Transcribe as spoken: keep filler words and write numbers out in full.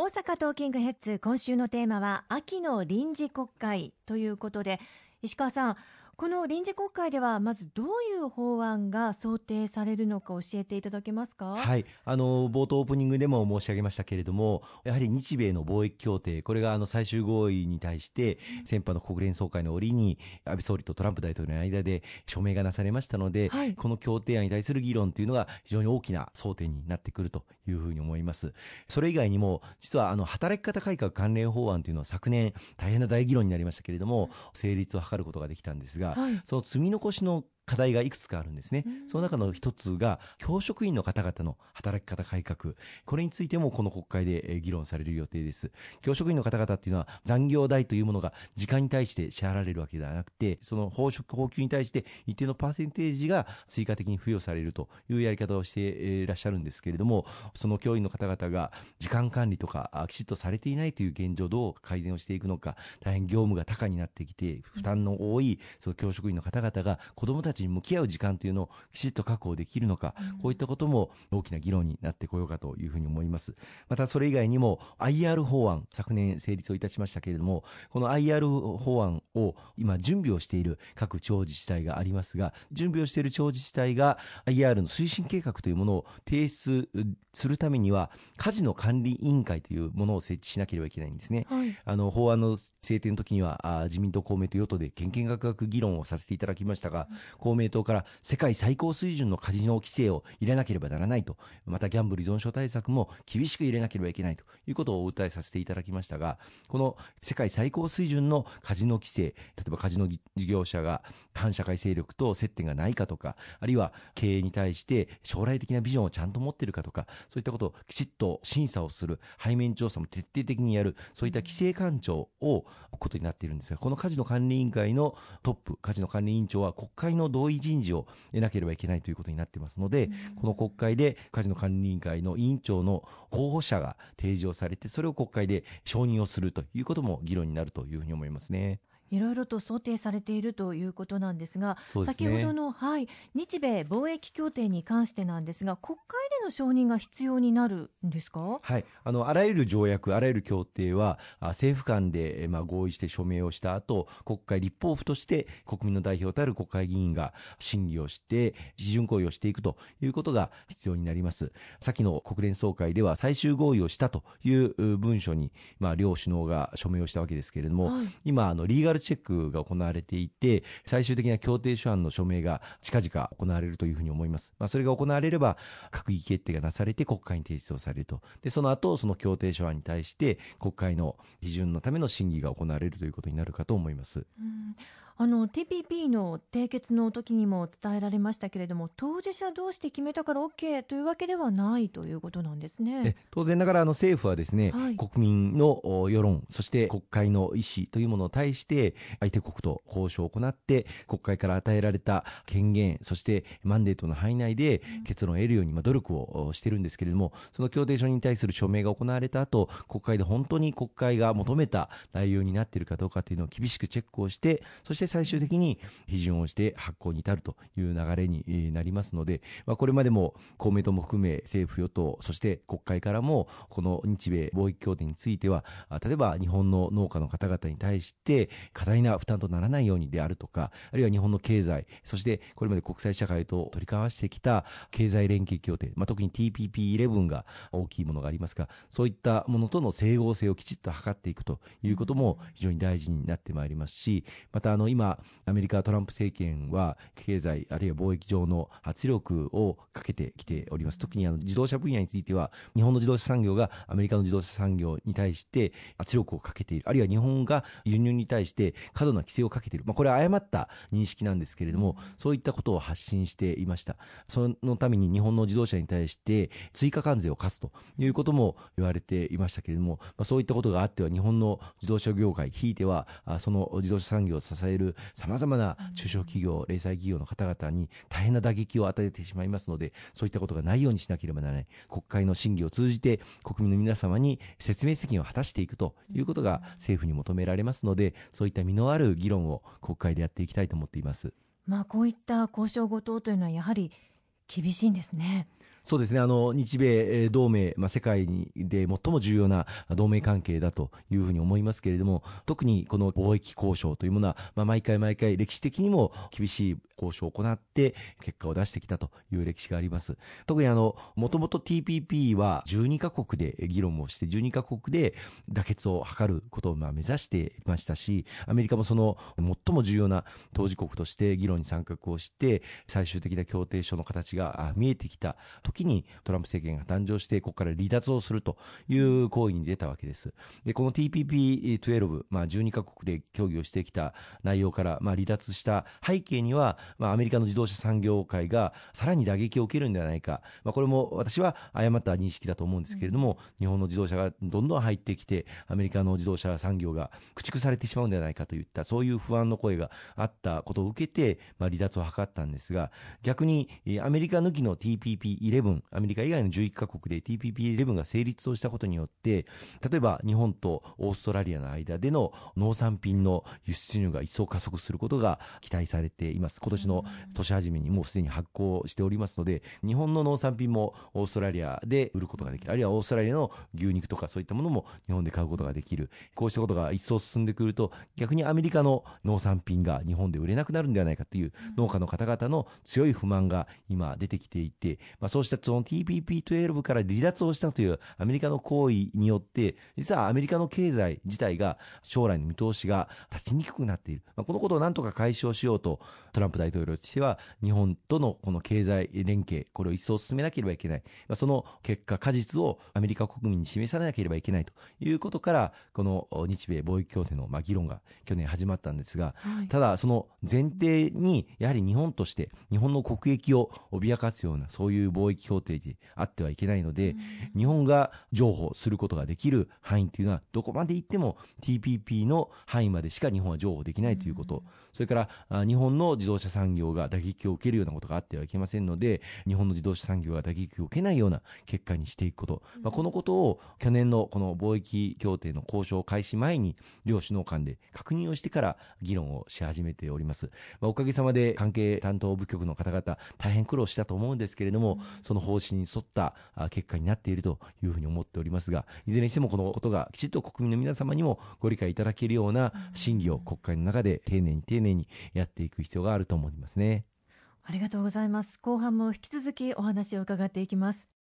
大阪トーキングヘッズ、今週のテーマは秋の臨時国会ということで、石川さん、この臨時国会ではまずどういう法案が想定されるのか教えていただけますか。 はい、あの冒頭オープニングでも申し上げましたけれども、やはり日米の貿易協定、これがあの最終合意に対して先般の国連総会の折に安倍総理とトランプ大統領の間で署名がなされましたので、はい、この協定案に対する議論というのが非常に大きな争点になってくるというふうに思います。それ以外にも実はあの働き方改革関連法案というのは昨年大変な大議論になりましたけれども、成立を図ることができたんですが、はい、その積み残しの課題がいくつかあるんですね。その中の一つが教職員の方々の働き方改革、これについてもこの国会で議論される予定です。教職員の方々っていうのは残業代というものが時間に対して支払われるわけではなくて、その報酬報給に対して一定のパーセンテージが追加的に付与されるというやり方をしていらっしゃるんですけれども、その教員の方々が時間管理とかきちっとされていないという現状をどう改善をしていくのか、大変業務が多々になってきて負担の多いその教職員の方々が子どもたちに向き合う時間というのをきちっと確保できるのか、うん、こういったことも大きな議論になってこようかというふうに思います。またそれ以外にも アイアール 法案、昨年成立をいたしましたけれども、この アイアール 法案を今準備をしている各地方自治体がありますが、準備をしている地方自治体が アイアール の推進計画というものを提出するためにはカジノ管理委員会というものを設置しなければいけないんですね、はい、あの法案の制定の時には自民党公明党与党でけんけんがくがく議論をさせていただきましたが、うん、公明党から世界最高水準のカジノ規制を入れなければならないと、またギャンブル依存症対策も厳しく入れなければいけないということをお訴えさせていただきましたが、この世界最高水準のカジノ規制、例えばカジノ事業者が反社会勢力と接点がないかとか、あるいは経営に対して将来的なビジョンをちゃんと持っているかとか、そういったことをきちっと審査をする、背面調査も徹底的にやる、そういった規制官庁を置くことになっているんですが、このカジノ管理委員会のトップ、カジノ管理委員長は国会の同意人事を得なければいけないということになっていますので、うん、この国会でカジノ管理委員会の委員長の候補者が提示をされて、それを国会で承認をするということも議論になるというふうに思いますね。 いろいろと想定されているということなんですが、そうですね、先ほどの、はい、日米貿易協定に関してなんですが、国会での承認が必要になるんですか。 はい、あのあらゆる条約、あらゆる協定は政府間で、まあ、合意して署名をした後、国会立法府として国民の代表たる国会議員が審議をして批准行為をしていくということが必要になります。先の国連総会では最終合意をしたという文書に、まあ、両首脳が署名をしたわけですけれども、はい、今あのリーガルチェックが行われていて、最終的な協定書案の署名が近々行われるというふうに思います。まあ、それが行われれば閣議決定がなされて国会に提出をされると。でその後その協定書案に対して国会の批准のための審議が行われるということになるかと思います。 うん、あの ティーピーピー の締結の時にも伝えられましたけれども、当事者同士で決めたから OK というわけではないということなんですね。 え当然ながらあの政府はですね、はい、国民の世論、そして国会の意思というものに対して相手国と交渉を行って国会から与えられた権限、そしてマンデートの範囲内で結論を得るように努力をしているんですけれども、その協定書に対する署名が行われた後、国会で本当に国会が求めた内容になっているかどうかというのを厳しくチェックをして、そして最終的に批准をして発行に至るという流れになりますので、まあ、これまでも公明党も含め政府与党、そして国会からもこの日米貿易協定については、例えば日本の農家の方々に対して過大な負担とならないようにであるとか、あるいは日本の経済、そしてこれまで国際社会と取り交わしてきた経済連携協定、まあ、特に ティーピーピーイレブン が大きいものがありますが、そういったものとの整合性をきちっと図っていくということも非常に大事になってまいりますし、またあの今アメリカトランプ政権は経済あるいは貿易上の圧力をかけてきております。特にあの自動車分野については日本の自動車産業がアメリカの自動車産業に対して圧力をかけている、あるいは日本が輸入に対して過度な規制をかけている、まあ、これは誤った認識なんですけれども、そういったことを発信していました。そのために日本の自動車に対して追加関税を課すということも言われていましたけれども、まあ、そういったことがあっては日本の自動車業界、ひいてはその自動車産業を支えるさまざまな中小企業、零細企業の方々に大変な打撃を与えてしまいますので、そういったことがないようにしなければならない。国会の審議を通じて国民の皆様に説明責任を果たしていくということが政府に求められますので、そういった実のある議論を国会でやっていきたいと思っています。 まあ、こういった交渉ごとというのはやはり厳しいんですね。 そうですね、あの日米同盟、まあ、世界で最も重要な同盟関係だというふうに思いますけれども、特にこの貿易交渉というものは、まあ、毎回毎回歴史的にも厳しい交渉を行って結果を出してきたという歴史があります。特にあのもともと ティーピーピー はじゅうにカ国で議論をして、じゅうにカ国で妥結を図ることをまあ目指していましたし、アメリカもその最も重要な当事国として議論に参画をして、最終的な協定書の形が見えてきた時にトランプ政権が誕生して、ここから離脱をするという行為に出たわけです。でこの ティーピーピーじゅうに、まあ、じゅうにカ国で協議をしてきた内容から、まあ、離脱した背景には、まあ、アメリカの自動車産業界がさらに打撃を受けるんではないか、まあ、これも私は誤った認識だと思うんですけれども、日本の自動車がどんどん入ってきてアメリカの自動車産業が駆逐されてしまうんではないかといった、そういう不安の声があったことを受けて、まあ、離脱を図ったんですが、逆にアメリカ抜きの ティーピーピーじゅういち、アメリカ以外のじゅういっカ国で ティーピーピーじゅういち が成立をしたことによって、例えば日本とオーストラリアの間での農産品の輸出入が一層加速することが期待されています。今年の年始めにもうすでに発行しておりますので、日本の農産品もオーストラリアで売ることができる、あるいはオーストラリアの牛肉とかそういったものも日本で買うことができる。こうしたことが一層進んでくると、逆にアメリカの農産品が日本で売れなくなるんではないかという農家の方々の強い不満が今出てきていて、まあ、そうしたその ティーピーピーじゅうに から離脱をしたというアメリカの行為によって、実はアメリカの経済自体が将来の見通しが立ちにくくなっている。まあ、このことを何とか解消しようとトランプ大統領としては、日本とのこの経済連携、これを一層進めなければいけない。まあ、その結果、果実をアメリカ国民に示さなければいけないということから、この日米貿易協定のまあ議論が去年始まったんですが、はい、ただその前提にやはり日本として日本の国益を脅かすようなそういう貿易協定であってはいけないので、うん、日本が譲歩することができる範囲というのはどこまで行っても ティーピーピー の範囲までしか日本は譲歩できないということ、うん、それから日本の自動車産業が打撃を受けるようなことがあってはいけませんので、日本の自動車産業が打撃を受けないような結果にしていくこと、うん、まあ、このことを去年のこの貿易協定の交渉開始前に両首脳間で確認をしてから議論をし始めております。まあ、おかげさまで関係担当部局の方々大変苦労したと思うんですけれども、うん、その方針に沿った結果になっているというふうに思っておりますが、いずれにしてもこのことがきちっと国民の皆様にもご理解いただけるような審議を国会の中で丁寧に丁寧にやっていく必要があると思いますね。 ありがとうございます。後半も引き続きお話を伺っていきます。